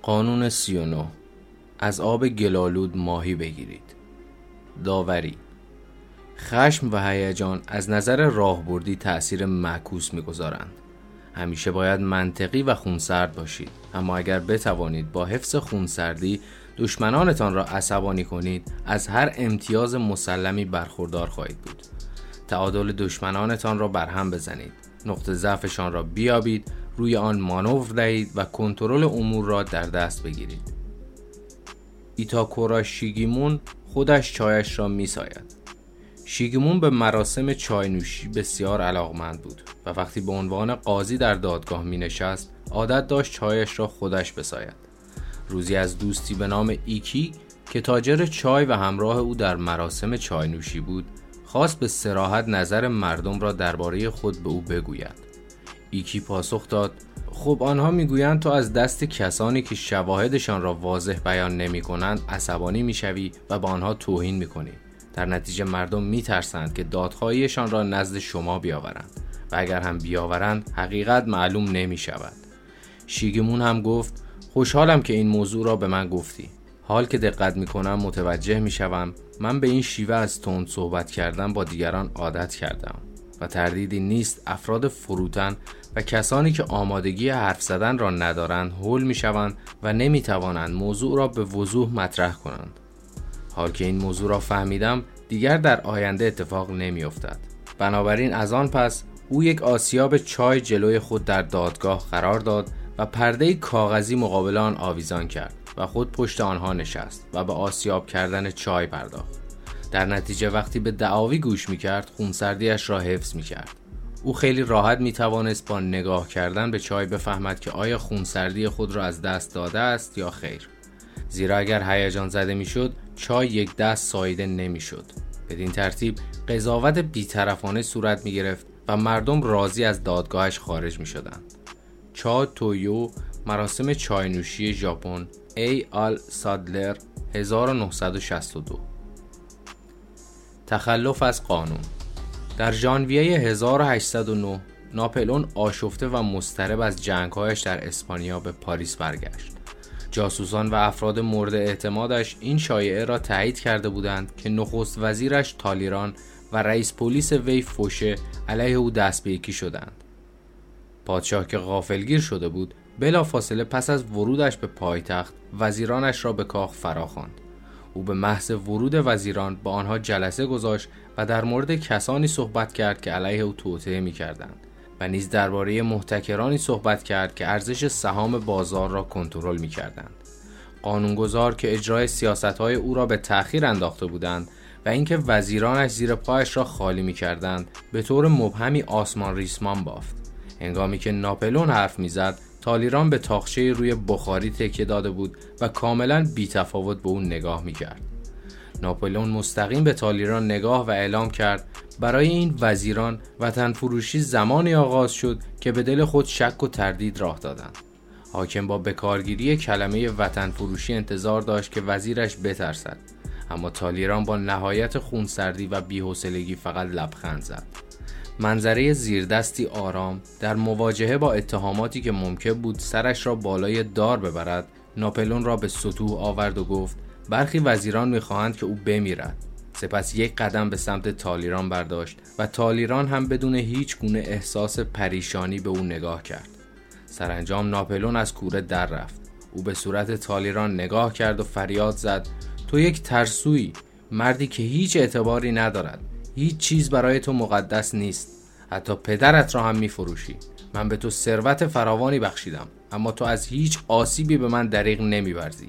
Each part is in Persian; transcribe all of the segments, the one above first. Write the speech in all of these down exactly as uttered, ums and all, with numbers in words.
قانون سی و نه. از آب گلالود ماهی بگیرید. داوری: خشم و هیجان از نظر راهبردی تأثیر معکوس می‌گذارند. همیشه باید منطقی و خونسرد باشید، اما اگر بتوانید با حفظ خونسردی دشمنانتان را عصبانی کنید، از هر امتیاز مسلمی برخوردار خواهید بود. تعادل دشمنانتان را برهم بزنید، نقطه ضعفشان را بیابید، روی آن مانور دهید و کنترل امور را در دست بگیرید. ایتاکورا شیگیمون خودش چایش را می‌ساید. شیگیمون به مراسم چای نوشی بسیار علاقمند بود و وقتی به عنوان قاضی در دادگاه می‌نشست، عادت داشت چایش را خودش بساید. روزی از دوستی به نام ایکی که تاجر چای و همراه او در مراسم چای نوشی بود، خواست به صراحت نظر مردم را درباره خود به او بگوید. ایکی پاسخ داد: خب آنها میگویند تو از دست کسانی که شواهدشان را واضح بیان نمی کنند عصبانی میشوی و با آنها توهین میکنی. در نتیجه مردم میترسند که دادخواهیشان را نزد شما بیاورند و اگر هم بیاورند حقیقت معلوم نمی شود. شیگیمون هم گفت: خوشحالم که این موضوع را به من گفتی. حال که دقت میکنم متوجه میشوم من به این شیوه از تند صحبت کردن با دیگران عادت کردم و تردیدی نیست افراد فروتن و کسانی که آمادگی حرف زدن را ندارند هول میشوند و نمیتوانند موضوع را به وضوح مطرح کنند. حال که این موضوع را فهمیدم دیگر در آینده اتفاق نمیافتد. بنابراین از آن پس او یک آسیاب چای جلوی خود در دادگاه قرار داد و پرده کاغذی مقابل آن آویزان کرد و خود پشت آنها نشست و به آسیاب کردن چای پرداخت. در نتیجه وقتی به دعاوی گوش میکرد خونسردیش را حفظ میکرد. او خیلی راحت میتوانست با نگاه کردن به چای بفهمد که آیا خونسردی خود را از دست داده است یا خیر. زیرا اگر هیجان زده میشد چای یک دست ساییده نمیشد. بدین ترتیب قضاوت بی‌طرفانه صورت میگرفت و مردم راضی از دادگاهش خارج میشدند. چا تویو، مراسم چای نوشی ژاپن، ای آل سادلر، هزار و نهصد و شصت و دو. تخلف از قانون. در ژانویه هزار و هشتصد و نه ناپلئون آشفته و مضطرب از جنگ‌هایش در اسپانیا به پاریس برگشت. جاسوسان و افراد مورد اعتمادش این شایعه را تایید کرده بودند که نخست وزیرش تالیران و رئیس پلیس وی فوشه علیه او دست به یکی شدند. پادشاه که غافلگیر شده بود بلافاصله پس از ورودش به پایتخت وزیرانش را به کاخ فراخواند. او به محض ورود وزیران با آنها جلسه گذاشت و در مورد کسانی صحبت کرد که علیه او توطئه می‌کردند و نیز درباره محتکرانی صحبت کرد که ارزش سهام بازار را کنترل می‌کردند. قانونگذار که اجرای سیاست‌های او را به تأخیر انداخته بودند و اینکه وزیرانش زیر پایش را خالی می‌کردند به طور مبهمی آسمان ریسمان بافت. هنگامی که ناپلئون حرف می‌زد تالیران به تاقچه روی بخاری تکیه داده بود و کاملا بی‌تفاوت به او نگاه می‌کرد. ناپلئون مستقیم به تالیران نگاه و اعلام کرد برای این وزیران وطن فروشی زمانی آغاز شد که به دل خود شک و تردید راه دادند. حاکم با بکارگیری کلمه وطن فروشی انتظار داشت که وزیرش بترسد، اما تالیران با نهایت خونسردی و بی‌حوصلگی فقط لبخند زد. منظره زیردستی آرام در مواجهه با اتهاماتی که ممکن بود سرش را بالای دار ببرد، ناپلئون را به سطوح آورد و گفت برخی وزیران می‌خواهند که او بمیرد. سپس یک قدم به سمت تالیران برداشت و تالیران هم بدون هیچ گونه احساس پریشانی به او نگاه کرد. سرانجام ناپلئون از کوره در رفت. او به صورت تالیران نگاه کرد و فریاد زد: تو یک ترسویی، مردی که هیچ اعتباری ندارد. هیچ چیز برای تو مقدس نیست. حتی پدرت را هم می‌فروشی. من به تو ثروت فراوانی بخشیدم، اما تو از هیچ آسیبی به من دریغ نمی‌ورزی.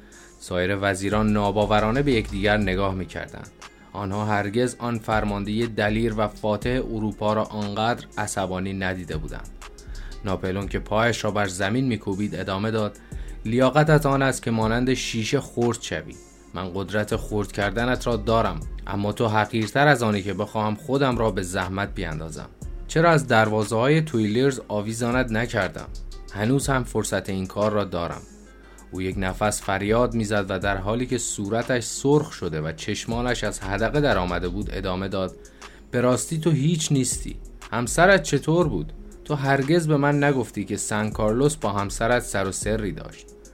سایر وزیران ناباورانه به یکدیگر نگاه می‌کردند. آنها هرگز آن فرمانده دلیر و فاتح اروپا را آنقدر عصبانی ندیده بودند. ناپلئون که پایش را بر زمین می‌کوبید ادامه داد: لیاقتت آن است که مانند شیشه خرد شوی. من قدرت خرد کردنت را دارم، اما تو حقیرتر از آنی که بخواهم خودم را به زحمت بیاندازم. چرا از دروازه‌های تویلرز آویزانت نکردم؟ هنوز هم فرصت این کار را دارم. او یک نفس فریاد میزد و در حالی که صورتش سرخ شده و چشمانش از حدقه در آمده بود ادامه داد: به راستی تو هیچ نیستی. همسرت چطور بود؟ تو هرگز به من نگفتی که سن کارلوس با همسرت سر و سری داشت.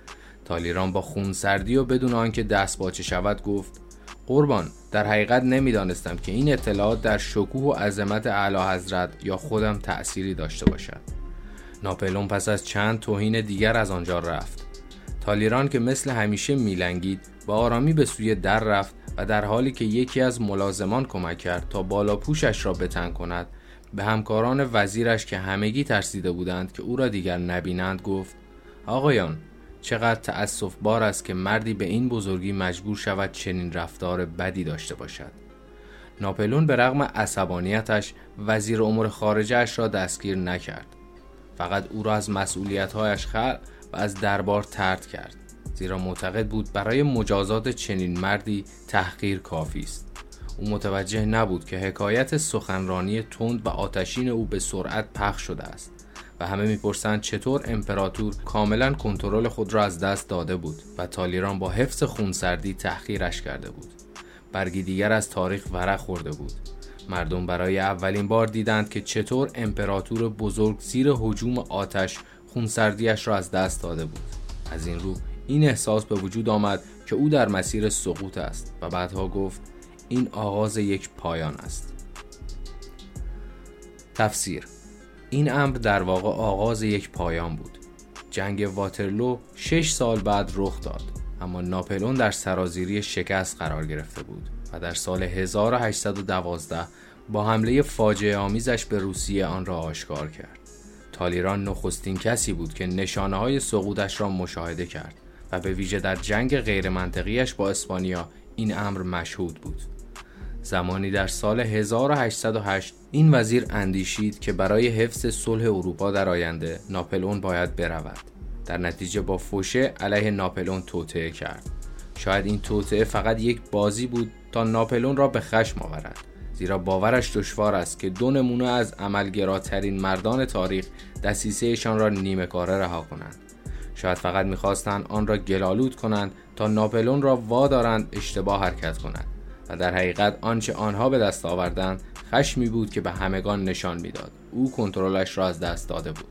تالیران با خونسردی و بدون آنکه دست باچه شود گفت: قربان، در حقیقت نمیدانستم که این اطلاعات در شکوه و عظمت اعلی حضرت یا خودم تأثیری داشته باشد. ناپلئون پس از چند توهین دیگر از آنجا رفت. تالیران که مثل همیشه میلنگید با آرامی به سوی در رفت و در حالی که یکی از ملازمان کمک کرد تا بالاپوشش را بتن کند، به همکاران وزیرش که همگی ترسیده بودند که او را دیگر نبینند گفت: آقایان، چقدر تأسف بار است که مردی به این بزرگی مجبور شود چنین رفتار بدی داشته باشد. ناپلئون به رغم عصبانیتش وزیر امور خارجه اش را دستگیر نکرد. فقط او را از مسئولیت‌هایش خلع و از دربار طرد کرد، زیرا معتقد بود برای مجازات چنین مردی تحقیر کافی است. او متوجه نبود که حکایت سخنرانی تند و آتشین او به سرعت پخش شده است و همه میپرسند چطور امپراتور کاملا کنترل خود را از دست داده بود و تالیران با حفظ خونسردی تحقیرش کرده بود. برگی دیگر از تاریخ ورق خورده بود. مردم برای اولین بار دیدند که چطور امپراتور بزرگ زیر هجوم آتش خونسردیش را از دست داده بود. از این رو این احساس به وجود آمد که او در مسیر سقوط است و بعدها گفت: این آغاز یک پایان است. تفسیر: این امر در واقع آغاز یک پایان بود. جنگ واترلو شش سال بعد رخ داد، اما ناپلئون در سرازیری شکست قرار گرفته بود و در سال هزار و هشتصد و دوازده با حمله فاجعه آمیزش به روسیه آن را آشکار کرد. تالیران نخستین کسی بود که نشانه‌های سقوطش را مشاهده کرد و به ویژه در جنگ غیر منطقیش با اسپانیا این امر مشهود بود. زمانی در سال هزار و هشتصد و هشت این وزیر اندیشید که برای حفظ صلح اروپا در آینده ناپلئون باید برود. در نتیجه با فوشه علیه ناپلئون توطئه کرد. شاید این توطئه فقط یک بازی بود تا ناپلئون را به خشم آورد، زیرا باورش دشوار است که دو نمونه از عملگراترین مردان تاریخ دسیسه‌شان را نیمه کاره رها کنند. شاید فقط می‌خواستند آن را گل‌آلود کنند تا ناپلئون را وادارند اشتباه حرکت کند و در حقیقت آنچه آنها به دست آوردند خشمی بود که به همگان نشان می‌داد او کنترلش را از دست داده بود.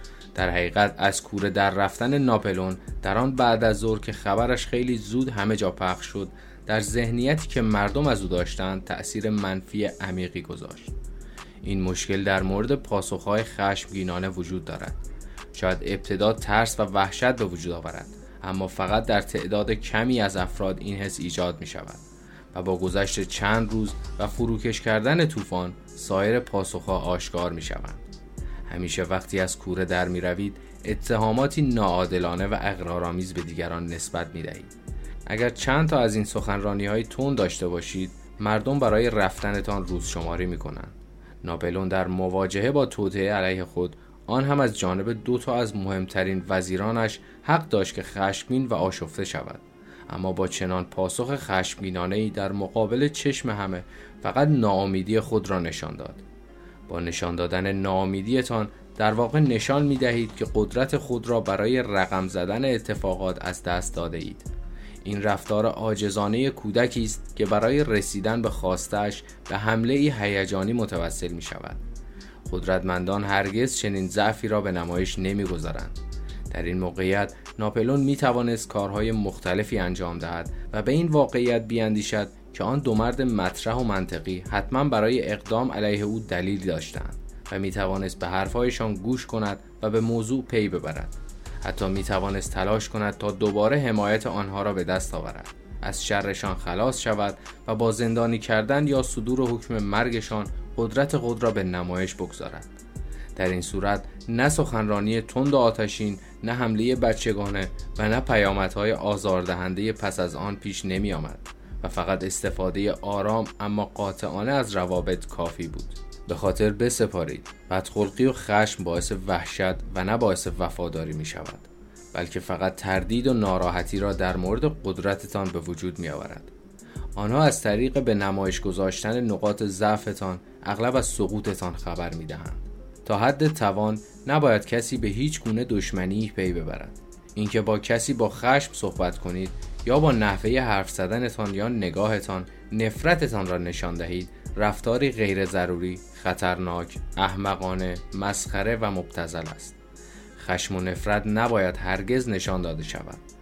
در حقیقت از کوره در رفتن ناپلئون در آن بعد از ظهر که خبرش خیلی زود همه جا پخش شد، در ذهنیتی که مردم از او داشتند تأثیر منفی عمیقی گذاشت. این مشکل در مورد پاسخهای خشمگینانه وجود دارد. شاید ابتدا ترس و وحشت به وجود آورد، اما فقط در تعداد کمی از افراد این حس ایجاد می شود و با گذشت چند روز و فروکش کردن طوفان سایر پاسخها آشکار می شوند. همیشه وقتی از کوره در می روید اتهاماتی ناعادلانه و اغرارآمیز به دیگران نسبت می دهید. اگر چند تا از این سخنرانی های تند داشته باشید، مردم برای رفتنتان روز شماری می کنند. ناپلئون در مواجهه با توطئه علیه خود، آن هم از جانب دو تا از مهمترین وزیرانش، حق داشت که خشمگین و آشفته شود، اما با چنان پاسخ خشمگینانه‌ای در مقابل چشم همه فقط ناامیدی خود را نشان داد. با نشان دادن ناامیدیتان در واقع نشان می دهید که قدرت خود را برای رقم زدن اتفاقات از دست داده اید. این رفتار عاجزانه کودکی است که برای رسیدن به خواسته‌اش به حمله هیجانی متوسل می شود. قدرتمندان هرگز چنین ضعفی را به نمایش نمی گذارند. در این موقعیت ناپلئون می توانست کارهای مختلفی انجام دهد و به این واقعیت بیاندیشد که آن دو مرد مطرح و منطقی حتما برای اقدام علیه او دلیل داشتند و می توانست به حرفهایشان گوش کند و به موضوع پی ببرد. حتی می توانست تلاش کند تا دوباره حمایت آنها را به دست آورد، از شرشان خلاص شود و با زندانی کردن یا صدور حکم مرگشان قدرت خود را به نمایش بگذارد. در این صورت نه سخنرانی تند و آتشین، نه حمله بچگانه و نه پیامدهای آزاردهنده پس از آن پیش نمی آمد و فقط استفاده آرام اما قاطعانه از روابط کافی بود. به خاطر بسپارید، بدخلقی و خشم باعث وحشت و نه باعث وفاداری می شود، بلکه فقط تردید و ناراحتی را در مورد قدرتتان به وجود می آورد. آنها از طریق به نمایش گذاشتن نقاط ضعفتان اغلب از سقوطتان خبر می دهند. تا حد توان نباید کسی به هیچ گونه دشمنی پی ببرد. اینکه با کسی با خشم صحبت کنید یا با نحوه حرف زدنتان یا نگاهتان نفرتتان را نشان دهید، رفتاری غیر ضروری، خطرناک، احمقانه، مسخره و مبتذل است. خشم و نفرت نباید هرگز نشان داده شود.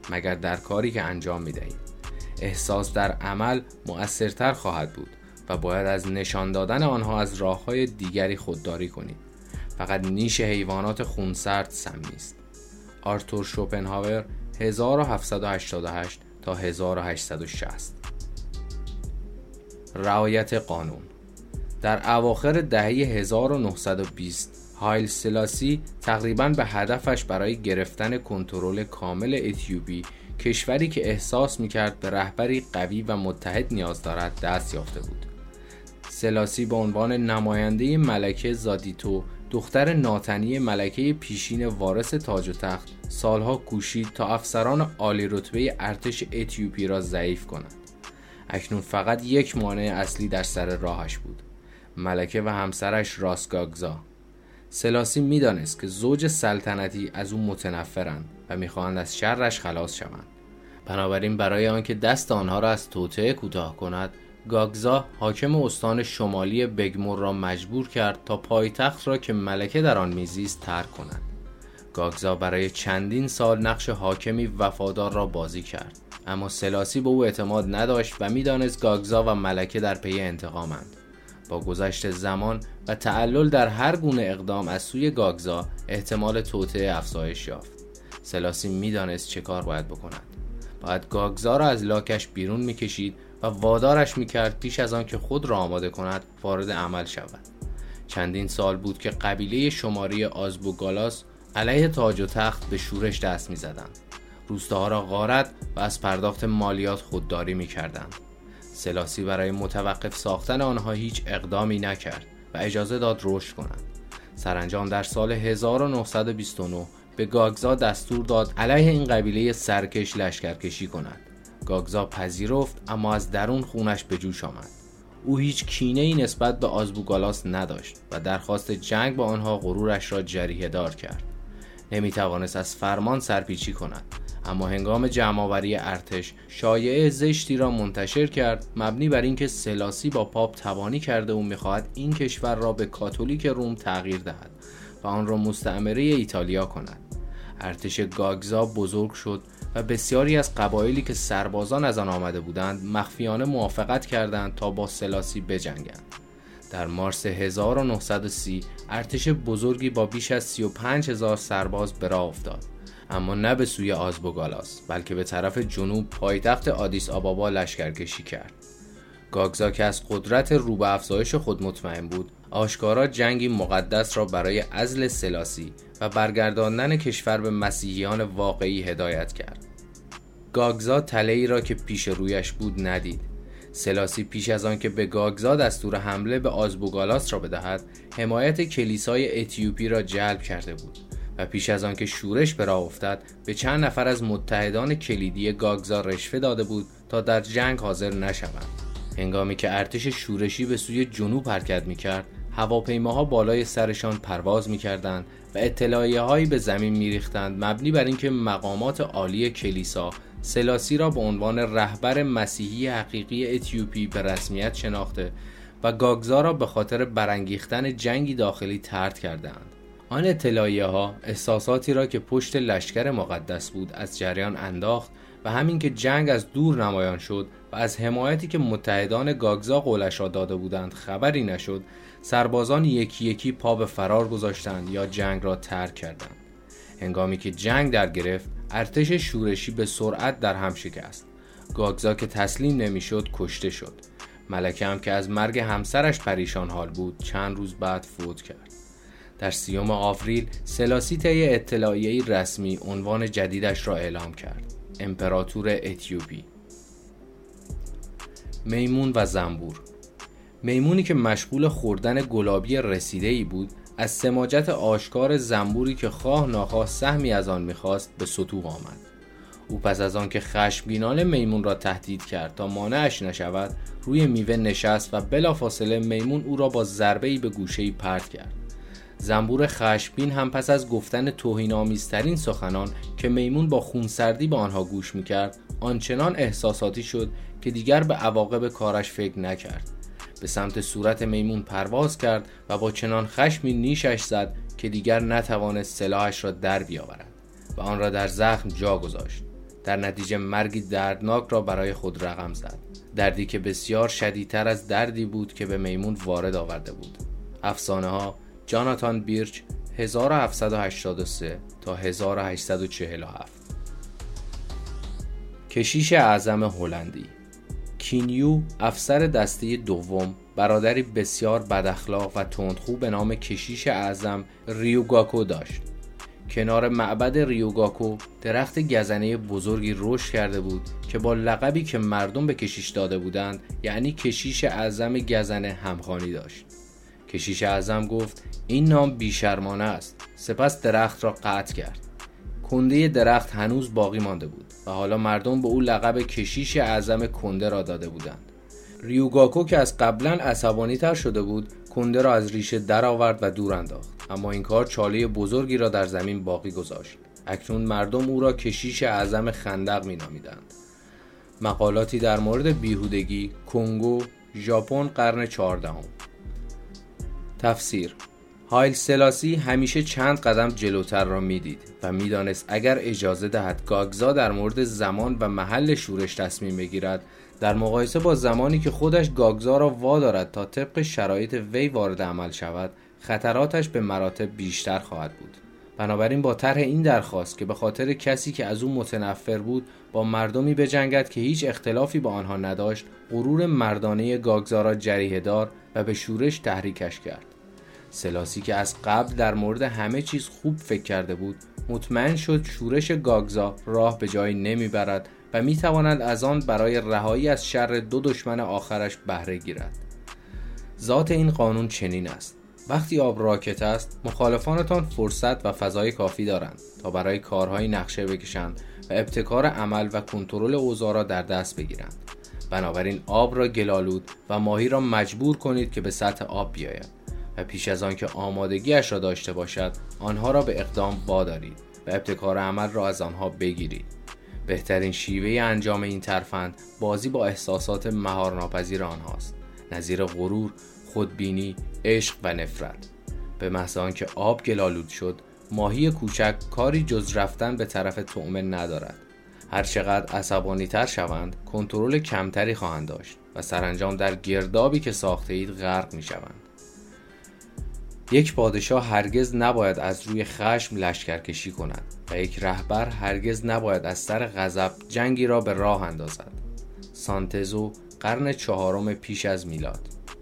مگر در کاری که انجام می‌دهید. احساس در عمل مؤثرتر خواهد بود و باید از نشان دادن آنها از راه‌های دیگری خودداری کنید. فقط نیش حیوانات خونسرد سمی است. آرتور شوپنهاور هزار و هفتصد و هشتاد و هشت تا هزار و هشتصد و شصت. رعایت قانون. در اواخر دهه هزار و نهصد و بیست هایل سلاسی تقریباً به هدفش برای گرفتن کنترل کامل اتیوپی، کشوری که احساس می‌کرد به رهبری قوی و متحد نیاز دارد، دست یافته بود. سلاسی به عنوان نماینده ملکه زادیتو، دختر ناتنی ملکه پیشین وارث تاج و تخت، سالها کوشید تا افسران عالی رتبه ارتش اتیوپی را ضعیف کند. اکنون فقط یک مانع اصلی در سر راهش بود: ملکه و همسرش راسگاگزا. سلاسی می‌دانست که زوج سلطنتی از او متنفرند و می‌خواهند از شرش خلاص شوند. بنابراین برای آنکه دست آنها را از توطئه کوتاه کند، گاگزا حاکم استان شمالی بگمور را مجبور کرد تا پایتخت را که ملکه در آن میزیست ترک کند. گاگزا برای چندین سال نقش حاکمی وفادار را بازی کرد، اما سلاسی به او اعتماد نداشت و می‌دانست گاگزا و ملکه در پی انتقامند. با گذشت زمان و تعلل در هر گونه اقدام از سوی گاگزا، احتمال توطئه افزایش یافت. سلاسی می‌دانست چه کار باید بکند. باید گاگزا را از لاکش بیرون می‌کشید و وادارش می‌کرد پیش از آن که خود را آماده کند وارد عمل شود. چندین سال بود که قبیله شماری آزبوگالاس علیه تاج و تخت به شورش دست می‌زدند. روستاها را غارت و از پرداخت مالیات خودداری می‌کردند. سلاسی برای متوقف ساختن آنها هیچ اقدامی نکرد و اجازه داد رشد کنند. سرانجام در سال هزار و نهصد و بیست و نه به گاگزا دستور داد علیه این قبیله سرکش لشکرکشی کند. گاگزا پذیرفت، اما از درون خونش به جوش آمد. او هیچ کینه‌ای نسبت به آزبوگالاس نداشت و درخواست جنگ با آنها غرورش را جریحه دار کرد. نمی‌توانست از فرمان سرپیچی کند، اما هنگام جمع‌آوری ارتش شایعه زشتی را منتشر کرد مبنی بر اینکه سلاسی با پاپ تبانی کرده و می‌خواهد این کشور را به کاتولیک روم تغییر دهد و آن را مستعمره ایتالیا کند. ارتش گاگزا بزرگ شد و بسیاری از قبایلی که سربازان از آن آمده بودند مخفیانه موافقت کردند تا با سلاسی بجنگند. در مارس هزار و نهصد و سی ارتش بزرگی با بیش از سی و پنج هزار سرباز به راه افتاد، اما نه به سوی آزبوگالاس بلکه به طرف جنوب پایتخت آدیس آبابا لشکرکشی کرد. گاگزا که از قدرت رو به افزایش خود مطمئن بود، آشکارا جنگی مقدس را برای عزل سلاسی و برگرداندن کشور به مسیحیان واقعی هدایت کرد. گاگزا تله‌ای را که پیش رویش بود ندید. سلاسی پیش از آن که به گاگزا دستور حمله به آزبوگالاس را بدهد، حمایت کلیسای اتیوپی را جلب کرده بود و پیش از آن که شورش به راه افتد به چند نفر از متحدان کلیدی گاگزا رشوه داده بود تا در جنگ حاضر نشوند. هنگامی که ارتش شورشی به سوی جنوب حرکت می‌کرد، هواپیماها بالای سرشان پرواز می‌کردند و اطلاعیه‌هایی به زمین می‌ریختند مبنی بر اینکه مقامات عالی کلیسا سلاسی را به عنوان رهبر مسیحی حقیقی اتیوپی به رسمیت شناخته و گاگزا را به خاطر برانگیختن جنگی داخلی طرد کردند. آن اطلاعیه‌ها احساساتی را که پشت لشکر مقدس بود از جریان انداخت و همین که جنگ از دور نمایان شد و از حمایتی که متحدان گاگزا قولش را داده بودند خبری نشد، سربازان یکی یکی پا به فرار گذاشتند یا جنگ را ترک کردند. هنگامی که جنگ در گرفت، ارتش شورشی به سرعت در هم شکست. گاگزا که تسلیم نمیشد کشته شد. ملکه هم که از مرگ همسرش پریشان حال بود چند روز بعد فوت کرد. در سیوم آوریل سلاسی طی اطلاعیه‌ای رسمی عنوان جدیدش را اعلام کرد: امپراتور اتیوپی. میمون و زنبور. میمونی که مشغول خوردن گلابی رسیده‌ای بود، از سماجت آشکار زنبوری که خواه ناخواه سهمی از آن می‌خواست به سطوح آمد. او پس از آن که خشمگینانه میمون را تهدید کرد تا مانعش نشود، روی میوه نشست و بلافاصله میمون او را با ضربه‌ای به گوشه‌ای پرت کرد. زنبور خشمگین هم پس از گفتن توهین‌آمیزترین سخنان که میمون با خونسردی به آنها گوش می‌کرد، آنچنان احساساتی شد که دیگر به عواقب کارش فکر نکرد. به سمت صورت میمون پرواز کرد و با چنان خشمی نیشش زد که دیگر نتوانست سلاحش را در بیاورد و آن را در زخم جا گذاشت. در نتیجه مرگی دردناک را برای خود رقم زد. دردی که بسیار شدیدتر از دردی بود که به میمون وارد آورده بود. افسانه ها جاناتان بیرچ هزار و هفتصد و هشتاد و سه تا هزار و هشتصد و چهل و هفت. کشیش اعظم هلندی کینیو افسر دسته دوم برادری بسیار بداخلاق و تندخو به نام کشیش اعظم ریوگاکو داشت. کنار معبد ریوگاکو درخت گزنه بزرگی رشد کرده بود که با لقبی که مردم به کشیش داده بودند، یعنی کشیش اعظم گزنه، همخوانی داشت. کشیش اعظم گفت این نام بیشرمانه است. سپس درخت را قطع کرد. کنده درخت هنوز باقی مانده بود و حالا مردم به او لقب کشیش اعظم کنده را داده بودند. ریوگاکو که از قبلا عصبانی تر شده بود، کنده را از ریشه در آورد و دور انداخت، اما این کار چاله بزرگی را در زمین باقی گذاشت. اکنون مردم او را کشیش اعظم خندق می نامیدند. مقالاتی در مورد بیهودگی، کنگو، ژاپن قرن چهاردهم. تفسیر: هایل سلاسی همیشه چند قدم جلوتر را میدید و میدانست اگر اجازه دهد گاگزا در مورد زمان و محل شورش تصمیم بگیرد، در مقایسه با زمانی که خودش گاگزا را وادارد تا طبق شرایط وی وارد عمل شود، خطراتش به مراتب بیشتر خواهد بود. بنابراین با طرح این درخواست که به خاطر کسی که از او متنفر بود با مردمی بجنگد که هیچ اختلافی با آنها نداشت، غرور مردانه گاگزا را جریحه دار و به شورش تحریکش کرد. سلاسی که از قبل در مورد همه چیز خوب فکر کرده بود، مطمئن شد شورش گاگزا راه به جایی نمیبرد و میتواند از آن برای رهایی از شر دو دشمن آخرش بهره گیرد. ذات این قانون چنین است: وقتی آب راکت است، مخالفانتان فرصت و فضای کافی دارند تا برای کارهای نقشه بکشند و ابتکار عمل و کنترل اوضاع را در دست بگیرند. بنابراین آب را گلالود و ماهی را مجبور کنید که به سطح آب بیاید و پیش از آن که آمادگیش را داشته باشد، آنها را به اقدام وادارید و ابتکار عمل را از آنها بگیرید. بهترین شیوه انجام این ترفند بازی با احساسات مهارناپذیر آنهاست، نظیر غرور، خودبینی، عشق و نفرت. به محض آنکه آب گلالود شد، ماهی کوچک کاری جز رفتن به طرف طعمه ندارد. هر چقدر عصبانی تر شوند، کنترل کمتری خواهند داشت و سرانجام در گردابی که ساخته اید غرق می شوند. یک پادشاه هرگز نباید از روی خشم لشکرکشی کند و یک رهبر هرگز نباید از سر غضب جنگی را به راه اندازد. سانتزو، قرن چهارم پیش از میلاد.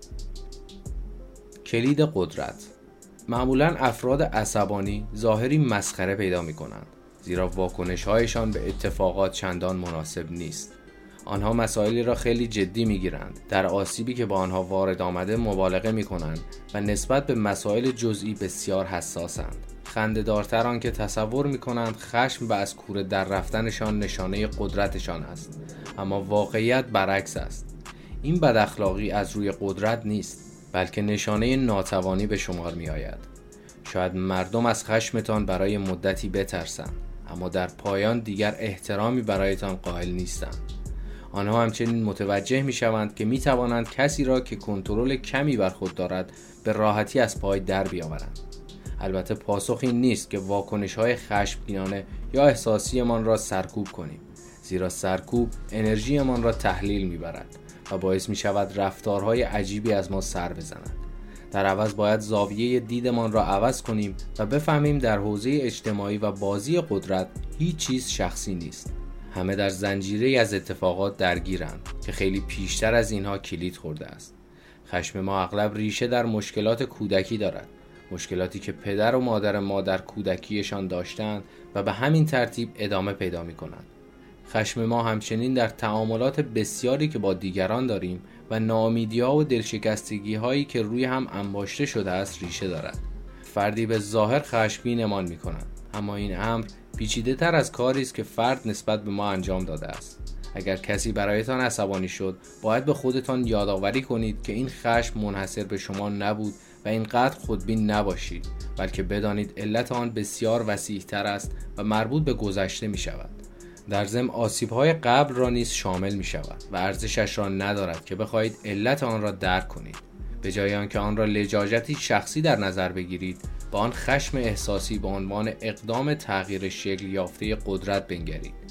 کلید قدرت. معمولاً افراد عصبانی ظاهری مسخره پیدا می کنند، زیرا واکنش‌هایشان به اتفاقات چندان مناسب نیست. آنها مسائلی را خیلی جدی می‌گیرند، در آسیبی که با آنها وارد آمده مبالغه می‌کنند و نسبت به مسائل جزئی بسیار حساسند. خنده‌دارتر آن که تصور می‌کنند خشم و از کوره در رفتنشان نشانه قدرتشان است، اما واقعیت برعکس است. این بداخلاقی از روی قدرت نیست، بلکه نشانه ناتوانی به شمار می‌آید. شاید مردم از خشمتان برای مدتی بترسند، اما در پایان دیگر احترامی برایتان قائل نیستند. آنها همچنین متوجه می شوند که می توانند کسی را که کنترل کمی بر خود دارد به راحتی از پای در بیاورند. البته پاسخ این نیست که واکنش‌های خشمگینانه یا احساسیمان را سرکوب کنیم، زیرا سرکوب انرژیمان را تحلیل می برد و باعث می شود رفتارهای عجیبی از ما سر بزند. در عوض باید زاویه دیدمان را عوض کنیم و بفهمیم در حوزه اجتماعی و بازی قدرت هیچ چیز شخصی نیست. همه در زنجیره از اتفاقات درگیرند که خیلی پیشتر از اینها کلید خورده است. خشم ما اغلب ریشه در مشکلات کودکی دارد، مشکلاتی که پدر و مادر ما در کودکیشان داشتند و به همین ترتیب ادامه پیدا می کنند. خشم ما همچنین در تعاملات بسیاری که با دیگران داریم و ناامیدی‌ها و دلشکستگی هایی که روی هم انباشته شده است ریشه دارد. فردی به ظاهر خشمگینمان می کند، اما این امر پیچیده تر از کاری است که فرد نسبت به ما انجام داده است. اگر کسی برایتان عصبانی شد، باید به خودتان یادآوری کنید که این خشم منحصر به شما نبود و اینقدر خودبین نباشید، بلکه بدانید علت آن بسیار وسیع‌تر است و مربوط به گذشته می شود. در ضمن آسیب‌های قبل را نیز شامل می شود و ارزشش را ندارد که بخواهید علت آن را درک کنید. به جای آنکه آن را لجاجتی شخصی در نظر بگیرید، با آن خشم احساسی به عنوان اقدام تغییر شکل یافته قدرت بنگرید.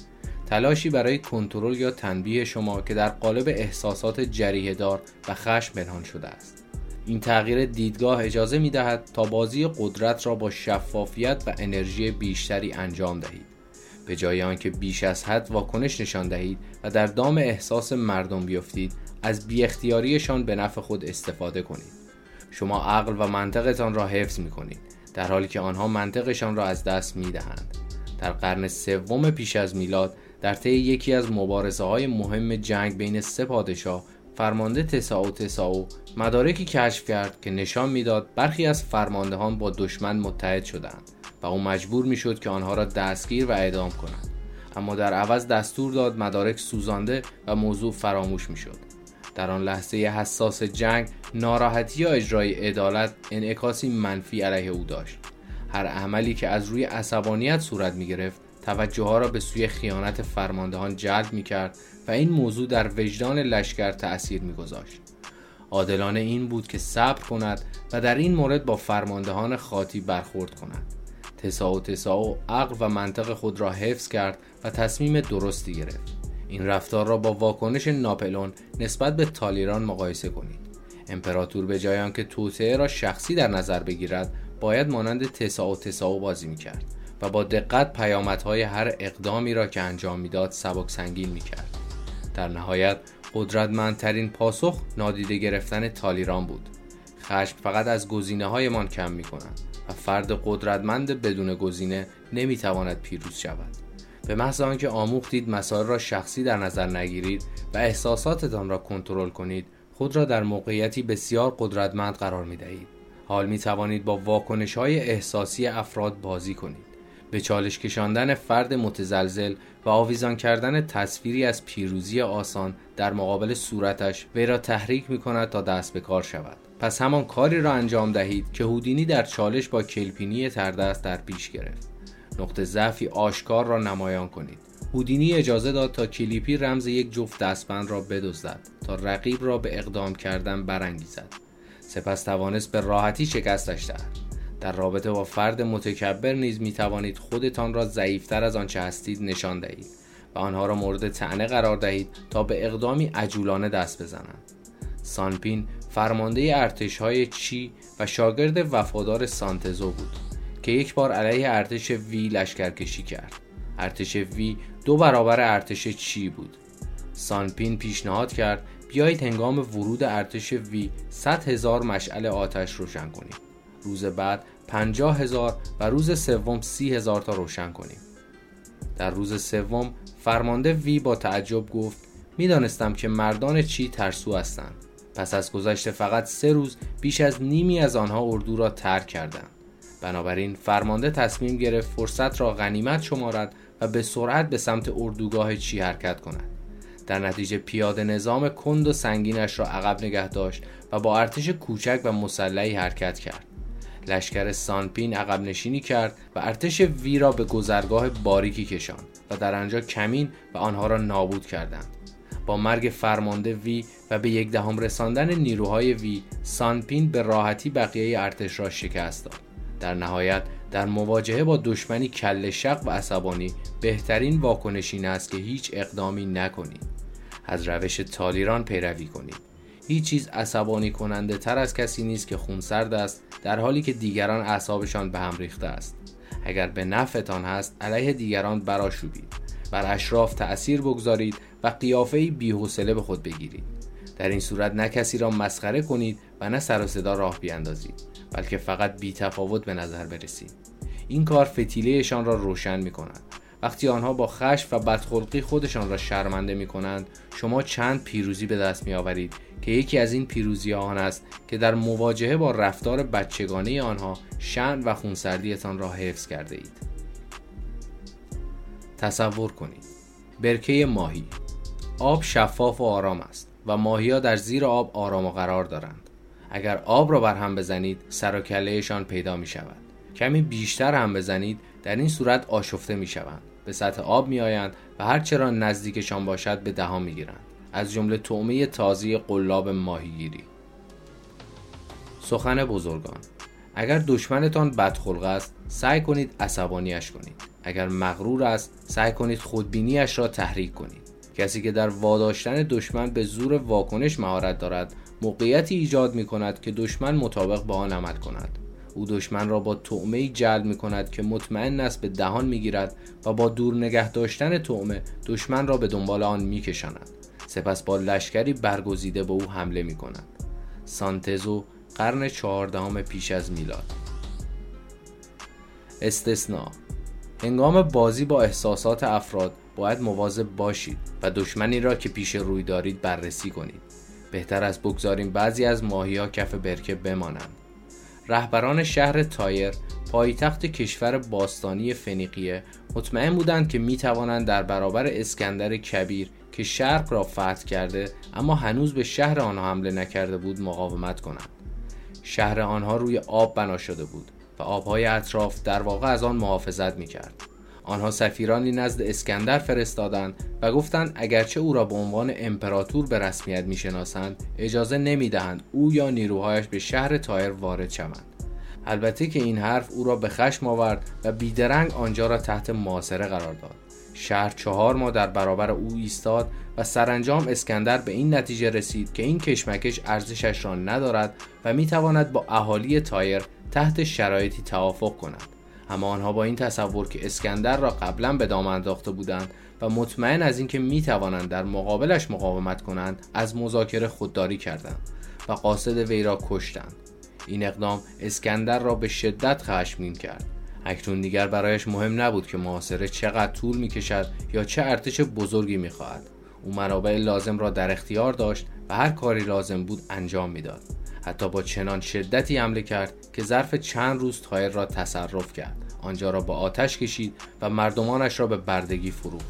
تلاشی برای کنترل یا تنبیه شما که در قالب احساسات جریحه‌دار و خشم پنهان شده است. این تغییر دیدگاه اجازه می‌دهد تا بازی قدرت را با شفافیت و انرژی بیشتری انجام دهید، به جای آنکه بیش از حد واکنش نشان دهید و در دام احساس مردم بیفتید. از بی اختیاریشان به نفع خود استفاده کنید. شما عقل و منطقتان را حفظ می‌کنید، در حالی که آنها منطقشان را از دست می‌دهند. در قرن سوم پیش از میلاد در طی یکی از مبارزه‌های مهم جنگ بین سه پادشاه، فرمانده تساو تساو مدارکی کشف کرد که نشان می‌داد برخی از فرماندهان با دشمن متحد شدند و او مجبور می‌شد که آنها را دستگیر و اعدام کند. اما در عوض دستور داد مدارک سوزانده و موضوع فراموش می‌شد. در آن لحظه حساس جنگ، ناراحتی یا اجرای عدالت انعکاسی منفی علیه او داشت. هر عملی که از روی عصبانیت صورت می‌گرفت، توجه ها را به سوی خیانت فرماندهان جلب می‌کرد و این موضوع در وجدان لشکر تأثیر می‌گذاشت. عادلانه این بود که صبر کند و در این مورد با فرماندهان خاطی برخورد کند. تساو تساو عقل و منطق خود را حفظ کرد و تصمیم درستی گرفت. این رفتار را با واکنش ناپلئون نسبت به تالیران مقایسه کنید. امپراتور به جای آنکه توطئه را شخصی در نظر بگیرد، باید مانند تساو تساو بازی می‌کرد و با دقت پیامدهای هر اقدامی را که انجام می‌داد سبک سنگین می‌کرد. در نهایت قدرتمندترین پاسخ نادیده گرفتن تالیران بود. خشم فقط از گزینه‌هایمان کم می‌کند و فرد قدرتمند بدون گزینه نمی‌تواند پیروز شود. به محض آنکه آموختید مسائل را شخصی در نظر نگیرید و احساساتتان را کنترل کنید، خود را در موقعیتی بسیار قدرتمند قرار می‌دهید. حال می‌توانید با واکنش‌های احساسی افراد بازی کنید. به چالش کشاندن فرد متزلزل و آویزان کردن تصویری از پیروزی آسان در مقابل صورتش وی را تحریک می‌کند تا دست به کار شود. پس همان کاری را انجام دهید که هودینی در چالش با کلپینی تردست در پیش گرفت. نقطه ضعفی آشکار را نمایان کنید. هودینی اجازه داد تا کلیپی رمز یک جفت دستبند را بدزدد تا رقیب را به اقدام کردن برانگیزد. سپس توانست به راحتی شکستش دهد. در رابطه با فرد متکبر نیز می توانید خودتان را ضعیفتر از آنچه هستید نشان دهید و آنها را مورد طعنه قرار دهید تا به اقدامی عجولانه دست بزنند. سانپین فرمانده ارتش‌های چی و شاگرد وفادار سانتزو بود که یک بار علیه ارتش وی لشکرکشی کرد. ارتش وی دو برابر ارتش چی بود. سانپین پیشنهاد کرد بیایید هنگام ورود ارتش وی صد هزار مشعل آتش روشن کنیم. روز بعد پنجاه هزار و روز سوم سی هزار تا روشن کنیم. در روز سوم فرمانده وی با تعجب گفت میدانستم که مردان چی ترسو هستند. پس از گذشت فقط سه روز بیش از نیمی از آنها اردو را ترک کردند. بنابراین فرمانده تصمیم گرفت فرصت را غنیمت شمارد و به سرعت به سمت اردوگاه چی حرکت کند. در نتیجه پیاده نظام کند و سنگینش را عقب نگه داشت و با ارتش کوچک و مسلحی حرکت کرد. لشکر سانپین عقب نشینی کرد و ارتش وی را به گذرگاه باریکی کشاند و در آنجا کمین و آنها را نابود کردند. با مرگ فرمانده وی و به یک دهم رساندن نیروهای وی، سانپین به راحتی بقیه ارتش را شکست داد. در نهایت در مواجهه با دشمنی کله شق و عصبانی بهترین واکنش این است که هیچ اقدامی نکنید. از روش تالیران پیروی کنید. هیچ چیز عصبانی کننده تر از کسی نیست که خونسرد است در حالی که دیگران اعصابشان به هم ریخته است. اگر به نفعتان هست علیه دیگران برآشوبید، بر اشراف تأثیر بگذارید و قیافه‌ای بی‌حوصله به خود بگیرید. در این صورت نه کسی را مسخره کنید و نه سر و صدا راه بیاندازید، بلکه فقط بی‌تفاوت به نظر برسید. این کار فتیله‌شان را روشن می‌کند. وقتی آنها با خشم و بدخلقی خودشان را شرمنده می‌کنند، شما چند پیروزی به دست می‌آورید که یکی از این پیروزی‌ها آن است که در مواجهه با رفتار بچگانه آنها شأن و خونسردیتان را حفظ کرده اید. تصور کنید برکه ماهی. آب شفاف و آرام است و ماهی‌ها در زیر آب آرام و قرار دارند. اگر آب را بر هم بزنید سر و کله‌شان پیدا می‌شود. کمی بیشتر هم بزنید، در این صورت آشفته می‌شوند. به سطح آب می‌آیند و هر چرا نزدیکشان باشد به دهان می‌گیرند. از جمله طعمه تازه قلاب ماهیگیری. سخن بزرگان: اگر دشمنتان بدخلق است، سعی کنید عصبانیش کنید. اگر مغرور است سعی کنید خودبینیش را تحریک کنید. کسی که در واداشتن دشمن به زور واکنش مهارت دارد موقعیتی ایجاد می کند که دشمن مطابق با آن عمل کند. او دشمن را با طعمه‌ای جلب می کند که مطمئن است به دهان می گیرد و با دور نگه داشتن طعمه دشمن را به دنبال آن می کشاند. سپس با لشکری برگزیده به او حمله می کند. سانتزو، قرن چهاردهم پیش از میلاد. استثناء: هنگام بازی با احساسات افراد باید مواظب باشید و دشمنی را که پیش روی دارید بررسی کنید. بهتر است بگذاریم بعضی از ماهی‌ها کف برکه بمانند. رهبران شهر تایر، پایتخت کشور باستانی فنیقیه، مطمئن بودند که می توانند در برابر اسکندر کبیر که شرق را فتح کرده اما هنوز به شهر آنها حمله نکرده بود مقاومت کنند. شهر آنها روی آب بنا شده بود و آبهای اطراف در واقع از آن محافظت می کرد. آنها سفیرانی نزد اسکندر فرستادند و گفتند اگرچه او را به عنوان امپراتور به رسمیت می‌شناسند، اجازه نمی‌دهند او یا نیروهایش به شهر تایر وارد شوند. البته که این حرف او را به خشم آورد و بیدرنگ آنجا را تحت محاصره قرار داد. شهر چهار ماه در برابر او ایستاد و سرانجام اسکندر به این نتیجه رسید که این کشمکش ارزشش را ندارد و می‌تواند با اهالی تایر تحت شرایطی توافق کند. اما آنها با این تصور که اسکندر را قبلا به دام انداخته بودند و مطمئن از اینکه میتوانند در مقابلش مقاومت کنند از مذاکره خودداری کردند و قاصد وی را کشتند. این اقدام اسکندر را به شدت خشمگین کرد. اکنون دیگر برایش مهم نبود که محاصره چقدر طول میکشد یا چه ارتش بزرگی میخواهد. او منابع لازم را در اختیار داشت و هر کاری لازم بود انجام میداد. حتی با چنان شدتی حمله کرد که ظرف چند روز تایر را تصرف کرد، آنجا را با آتش کشید و مردمانش را به بردگی فروخت.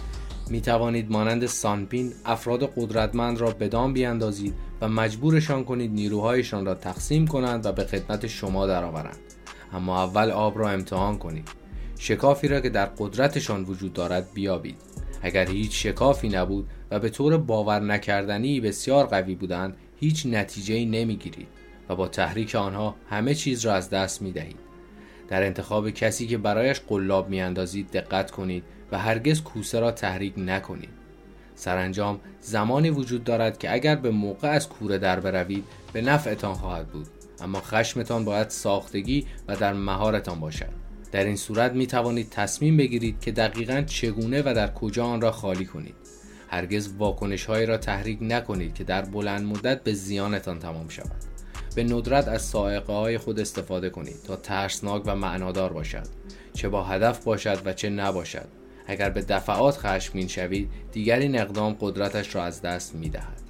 می توانید مانند سانپین افراد قدرتمند را به دام بیاندازید و مجبورشان کنید نیروهایشان را تقسیم کنند و به خدمت شما درآورند. اما اول آب را امتحان کنید. شکافی را که در قدرتشان وجود دارد بیابید. اگر هیچ شکافی نبود و به طور باور نکردنی بسیار قوی بودند، هیچ نتیجه‌ای نمیگیرید و با تحریک آنها همه چیز را از دست میدهید. در انتخاب کسی که برایش قلاب میاندازید دقت کنید و هرگز کوسه را تحریک نکنید. سرانجام زمانی وجود دارد که اگر به موقع از کوره در بروید به نفعتان خواهد بود، اما خشمتان باید ساختگی و در مهارتان باشد. در این صورت می توانید تصمیم بگیرید که دقیقاً چگونه و در کجا آن را خالی کنید. هرگز واکنش‌هایی را تحریک نکنید که در بلند مدت به زیانتان تمام شود. به ندرت از صاعقه‌های خود استفاده کنید تا ترسناک و معنادار باشد، چه با هدف باشد و چه نباشد. اگر به دفعات خشمگین شوید، دیگر این اقدام قدرتش را از دست می‌دهد.